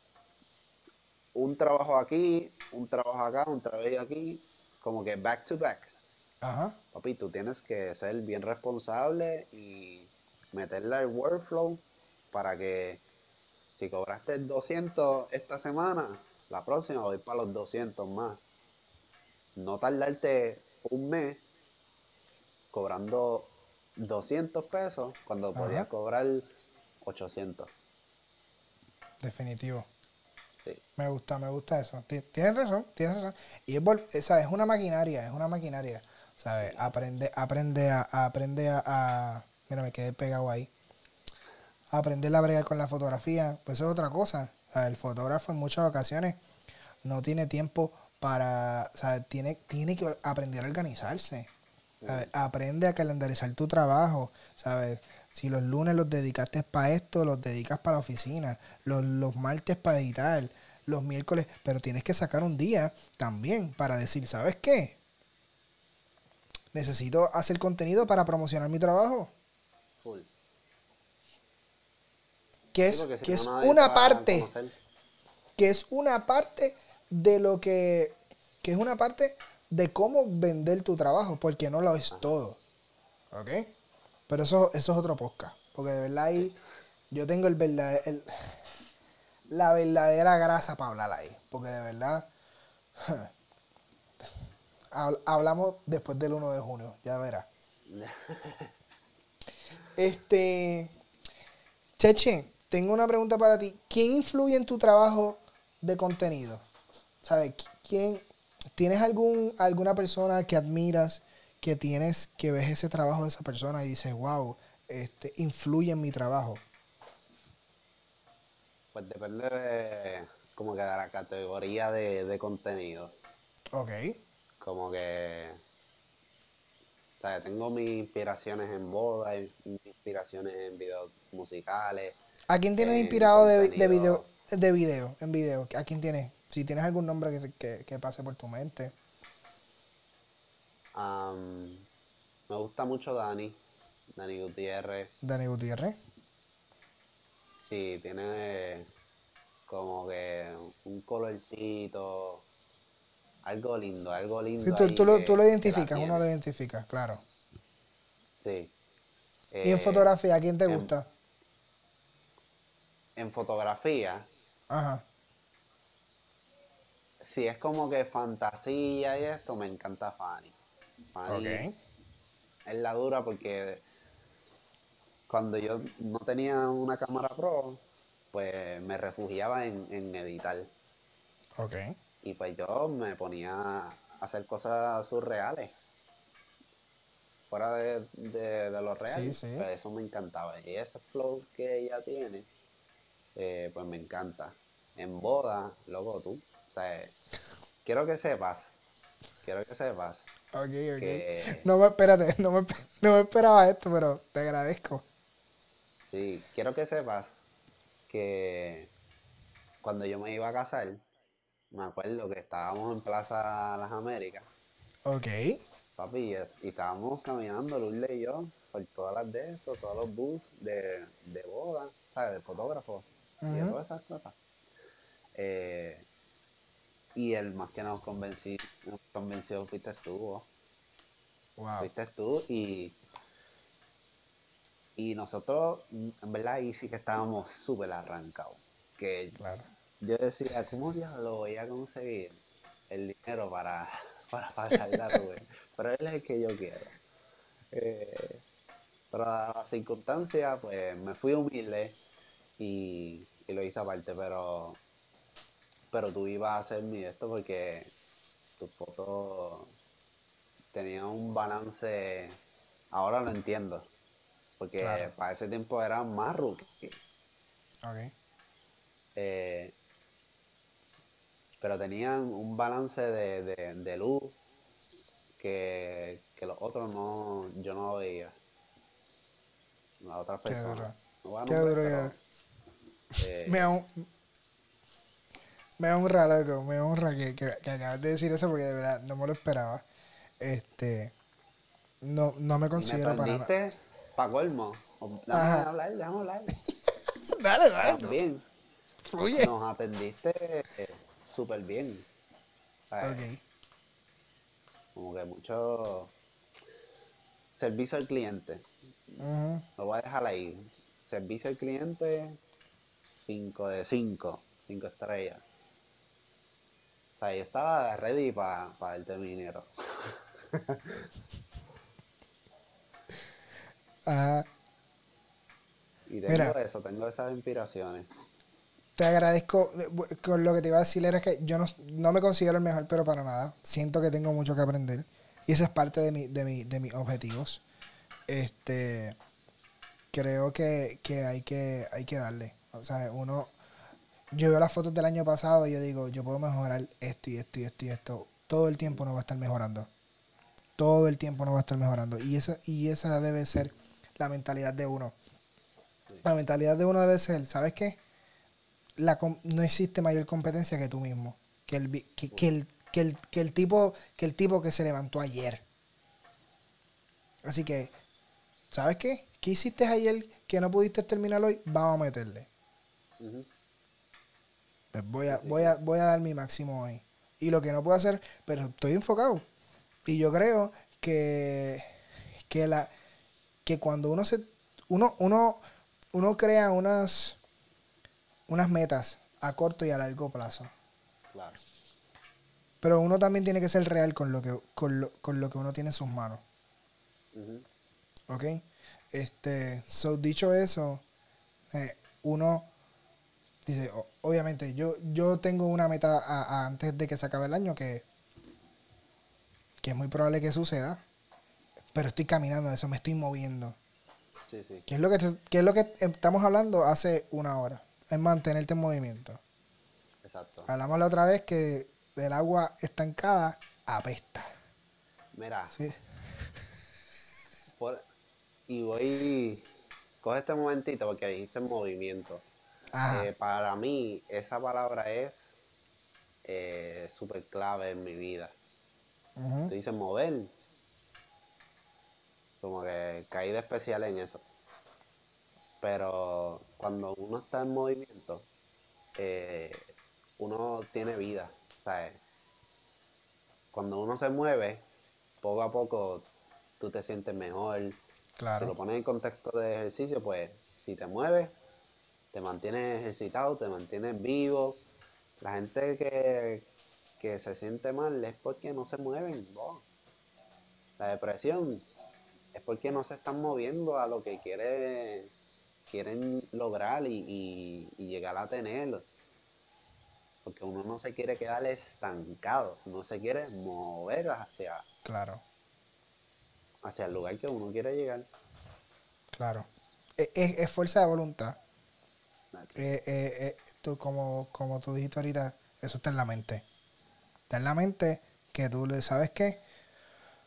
un trabajo aquí, un trabajo acá, un trabajo aquí, como que back to back, Ajá. papi, tú tienes que ser bien responsable y meterle el workflow para que si cobraste 200 esta semana, la próxima voy para los 200 más. No tardarte un mes cobrando 200 pesos cuando Ajá. podías cobrar 800. Definitivo. Sí. Me gusta eso. Tienes razón, tienes razón. Y ¿sabes? Es una maquinaria, es una maquinaria. ¿Sabes? Claro. Aprende mira, me quedé pegado ahí. Aprender a bregar con la fotografía, pues eso es otra cosa. O sea, el fotógrafo en muchas ocasiones no tiene tiempo para, o sea, tiene que aprender a organizarse. ¿Sabes? Full. Aprende a calendarizar tu trabajo, ¿sabes? Si los lunes los dedicaste para esto, los dedicas para la oficina, los martes para editar, los miércoles, pero tienes que sacar un día también para decir, ¿sabes qué? Necesito hacer contenido para promocionar mi trabajo, Full. que Sí, es, porque si que no es nadie te una va a parte, conocer. que es una parte de lo que es una parte de cómo vender tu trabajo, porque no lo es Ajá. todo, ¿ok? Pero eso es otro podcast. Porque de verdad Sí. ahí yo tengo la verdadera grasa para hablar ahí. Porque de verdad hablamos después del 1 de junio, ya verás. Este, Cheche, tengo una pregunta para ti. ¿Quién influye en tu trabajo de contenido? ¿Sabes? ¿Tienes alguna persona que admiras, que ves ese trabajo de esa persona y dices, wow, influye en mi trabajo? Pues depende como que de la categoría de contenido. Ok. Como que, o sea, tengo mis inspiraciones en bodas, mis inspiraciones en videos musicales, ¿A quién tienes en inspirado contenido. en video? ¿A quién tienes? Si tienes algún nombre que pase por tu mente. Me gusta mucho Dani Gutiérrez. Dani Gutiérrez. Sí, tiene como que un colorcito, algo Sí, lindo tú ahí lo que la identificas, uno lo tiene. identifica, claro. Sí. ¿Y en Eh, fotografía, a quién te en, gusta? en fotografía, Ajá. si es como que fantasía y esto, me encanta Fanny. Fanny Ok. es la dura porque cuando yo no tenía una cámara pro, pues me refugiaba en editar. Ok. Y pues yo me ponía a hacer cosas surreales, fuera de lo Sí, real. sí. Pues eso me encantaba. Y ese flow que ella tiene, pues me encanta. En boda, loco, tú. O sea, quiero que sepas, quiero que sepas. Ok, ok. Que No me, espérate, no me esperaba esto, pero te agradezco. sí, quiero que sepas que cuando yo me iba a casar, me acuerdo que estábamos en Plaza Las Américas, Ok, papi, y estábamos caminando, Lourdes y yo, por todas las de estos, todos los bus de boda, ¿sabes? De fotógrafos y de ujú, todas esas cosas. Eh, y el más que nos convenció wow, fuiste tú y nosotros, en verdad, ahí sí que estábamos súper arrancados. Que claro. yo decía, ¿cómo diablo voy a conseguir el dinero para pagarle a Rubén? Pero él es el que yo quiero. Eh, pero a las circunstancias, pues me fui humilde y lo hice aparte, pero tú ibas a hacer mi esto porque tus fotos tenían un balance, ahora lo entiendo, Claro, porque para ese tiempo eran más rookie. ok. Eh, pero tenían un balance de luz que los otros no, yo no lo veía, las otras Qué personas. duro. No voy a Qué nombrar, duro, qué duro. pero Me eh, da, me honra, loco. Me honra que acabas de decir eso porque de verdad no me lo esperaba. Este, no, no me y me considero para nada. perdiste para colmo. Ajá. Déjame hablar. Dale, dale, entonces. También Fluye. nos atendiste súper bien, ¿sabes? Ok. Como que mucho servicio al cliente. Ujú. Lo voy a dejar ahí. Servicio al cliente, 5 de 5 5 estrellas. O sea, yo estaba ready para darte mi dinero. Ajá. Y Mira, tengo esas inspiraciones. te agradezco. Con lo que te iba a decir era que yo no, no me considero el mejor, pero para nada. Siento que tengo mucho que aprender. Y eso es parte de mis objetivos. Este, creo hay que darle. O sea, uno, yo veo las fotos del año pasado y yo digo, yo puedo mejorar esto y esto y esto y esto. Todo el tiempo no va a estar mejorando. Todo el tiempo no va a estar mejorando. Y esa debe ser la mentalidad de uno. Sí. La mentalidad de uno debe ser, ¿sabes qué? No existe mayor competencia que tú mismo. Que el, vi- que el tipo que se levantó ayer. Así que, ¿sabes qué? ¿Qué hiciste ayer que no pudiste terminar hoy? Vamos a meterle. Ujú. Pues Sí, sí, sí. voy a dar mi máximo hoy. Y lo que no puedo hacer, pero estoy enfocado. Y yo creo que, que, la, que cuando uno, uno, uno crea unas metas a corto y a largo plazo. Claro. Pero uno también tiene que ser real con lo que uno tiene en sus manos. Ujú. ¿Ok? Dicho eso, uno dice, obviamente, yo tengo una meta antes de que se acabe el año que es muy probable que suceda, pero estoy caminando de eso, me estoy moviendo. Sí, sí. ¿Qué es lo que estamos hablando hace una hora? Es mantenerte en movimiento. Exacto. Hablamos la otra vez que del agua estancada apesta. Mira, ¿Sí? por- y voy. Coge este momentito porque dijiste movimiento. Ajá. Para mí, esa palabra es súper clave en mi vida. Ujú. Tú dices mover, como que caí de especial en eso. Pero cuando uno está en movimiento, eh, uno tiene vida, ¿sabes? Cuando uno se mueve, poco a poco tú te sientes mejor. Si Claro, lo pones en contexto de ejercicio, pues si te mueves, te mantienes ejercitado, te mantienes vivo. La gente que se siente mal es porque no se mueven. La depresión es porque no se están moviendo a lo que quieren lograr y llegar a tener. Porque uno no se quiere quedar estancado, uno se quiere mover claro, hacia el lugar que uno quiere llegar. claro. Es fuerza de voluntad. That's it. Como tú dijiste ahorita, eso está en la mente. Está en la mente que tú le sabes qué.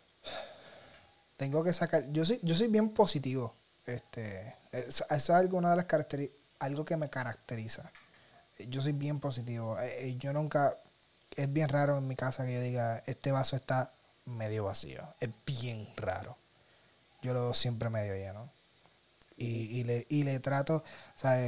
tengo que sacar. Yo soy bien positivo. Eso es alguna de las algo que me caracteriza. Yo soy bien positivo. Yo nunca, es bien raro en mi casa que yo diga, este vaso está medio vacío. Es bien raro. Yo lo veo siempre medio lleno. Y le trato, o sea,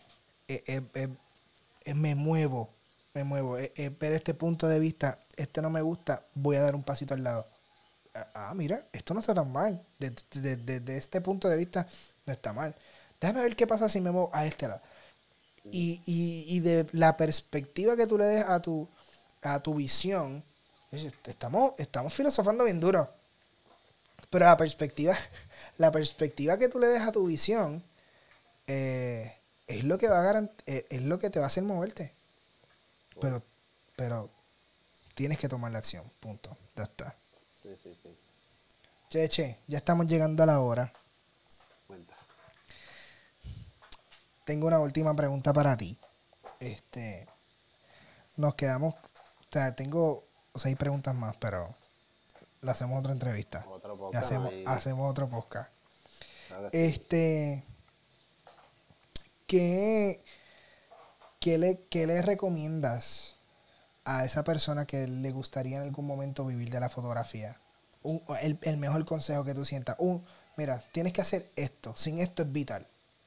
me muevo. Ver este punto de vista, este no me gusta, voy a dar un pasito al lado. Mira, esto no está tan mal. Desde este punto de vista, no está mal. Déjame ver qué pasa si me muevo a este lado. Y de la perspectiva que tú le des a tu visión, estamos filosofando bien duro. Pero la perspectiva que tú le des a tu visión es lo que es lo que te va a hacer moverte. Pero tienes que tomar la acción. Punto. Ya está. Sí. Che, ya estamos llegando a la hora. Cuenta. Tengo una última pregunta para ti. Nos quedamos, o sea, tengo 6 preguntas más, pero le hacemos otra entrevista. Otro podcast. Hacemos otro podcast. Claro que sí. ¿Qué le recomiendas a esa persona que le gustaría en algún momento vivir de la fotografía? El mejor consejo que tú sientas. Mira, tienes que hacer esto. Sin esto es vital.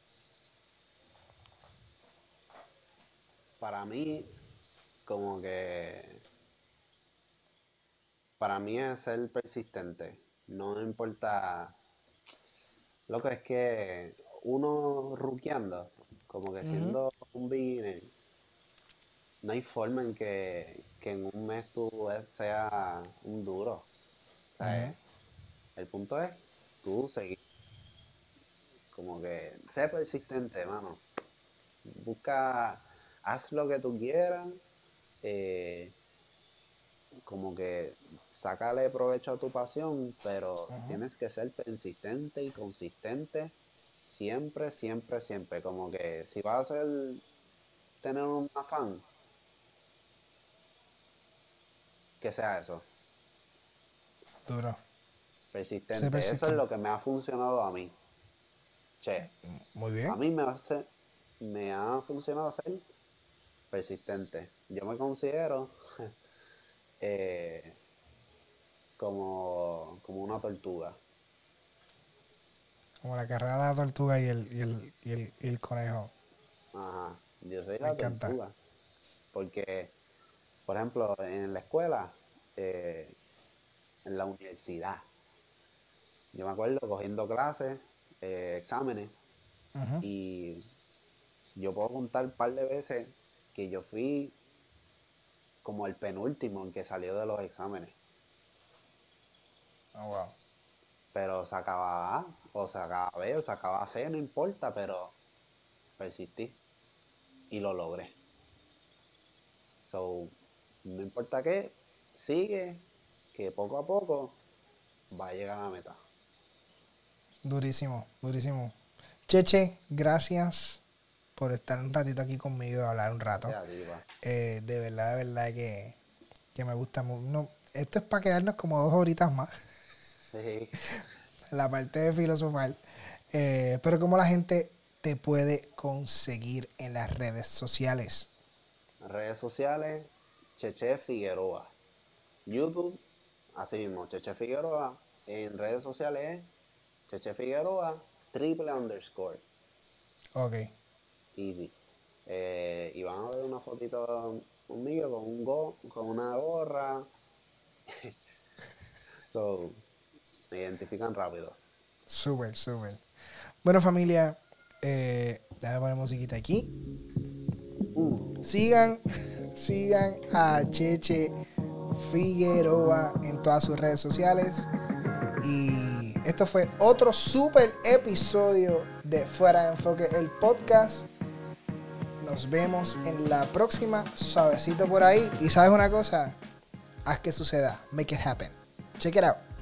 Para mí, como que... Para mí es ser persistente. No importa... Lo que es que uno ruqueando, como que Ujú. siendo un beginner, no hay forma en que en un mes tú seas un duro. O sea, Ujú. el punto es tú seguir, como que sé persistente, mano. Busca, haz lo que tú quieras, eh, como que sácale provecho a tu pasión, pero Ujú. tienes que ser persistente y consistente siempre, siempre, siempre. Como que si vas a tener un afán, que sea eso, Duro. Sé persistente. Eso es persistente. lo que me ha funcionado a mí. Che, Muy a bien. mí me ha funcionado ser persistente. Yo me considero eh, como una tortuga. Como la carrera de la tortuga y el conejo. Ajá, yo soy Me la encanta. tortuga. Porque, por ejemplo, en la escuela, eh, en la universidad, yo me acuerdo cogiendo clases, exámenes, Ujú. y yo puedo contar un par de veces que yo fui como el penúltimo en que salió de los exámenes. Oh, wow. Pero sacaba A, o sacaba B, o sacaba C, no importa, pero persistí y lo logré. So, no importa qué, sigue, que poco a poco va a llegar a la meta. Durísimo, durísimo. Cheche, gracias por estar un ratito aquí conmigo y hablar un rato. Gracias a ti, pa. De verdad que me gusta mucho. No, esto es para quedarnos como 2 horitas más, Sí. la parte de filosofar. Pero como la gente te puede conseguir en las redes sociales. Redes sociales, Cheche Figueroa. YouTube, así mismo, Cheche Figueroa. En redes sociales es Cheche Figueroa, _. Ok. Easy. Y van a ver una fotito conmigo con una gorra. So, me identifican rápido. Súper, súper. Bueno, familia, déjame poner musiquita aquí. Sigan, sigan a Cheche Figueroa en todas sus redes sociales. Y esto fue otro super episodio de Fuera de Enfoque, el podcast. Nos vemos en la próxima, suavecito por ahí. Y sabes una cosa, haz que suceda. Make it happen. Check it out.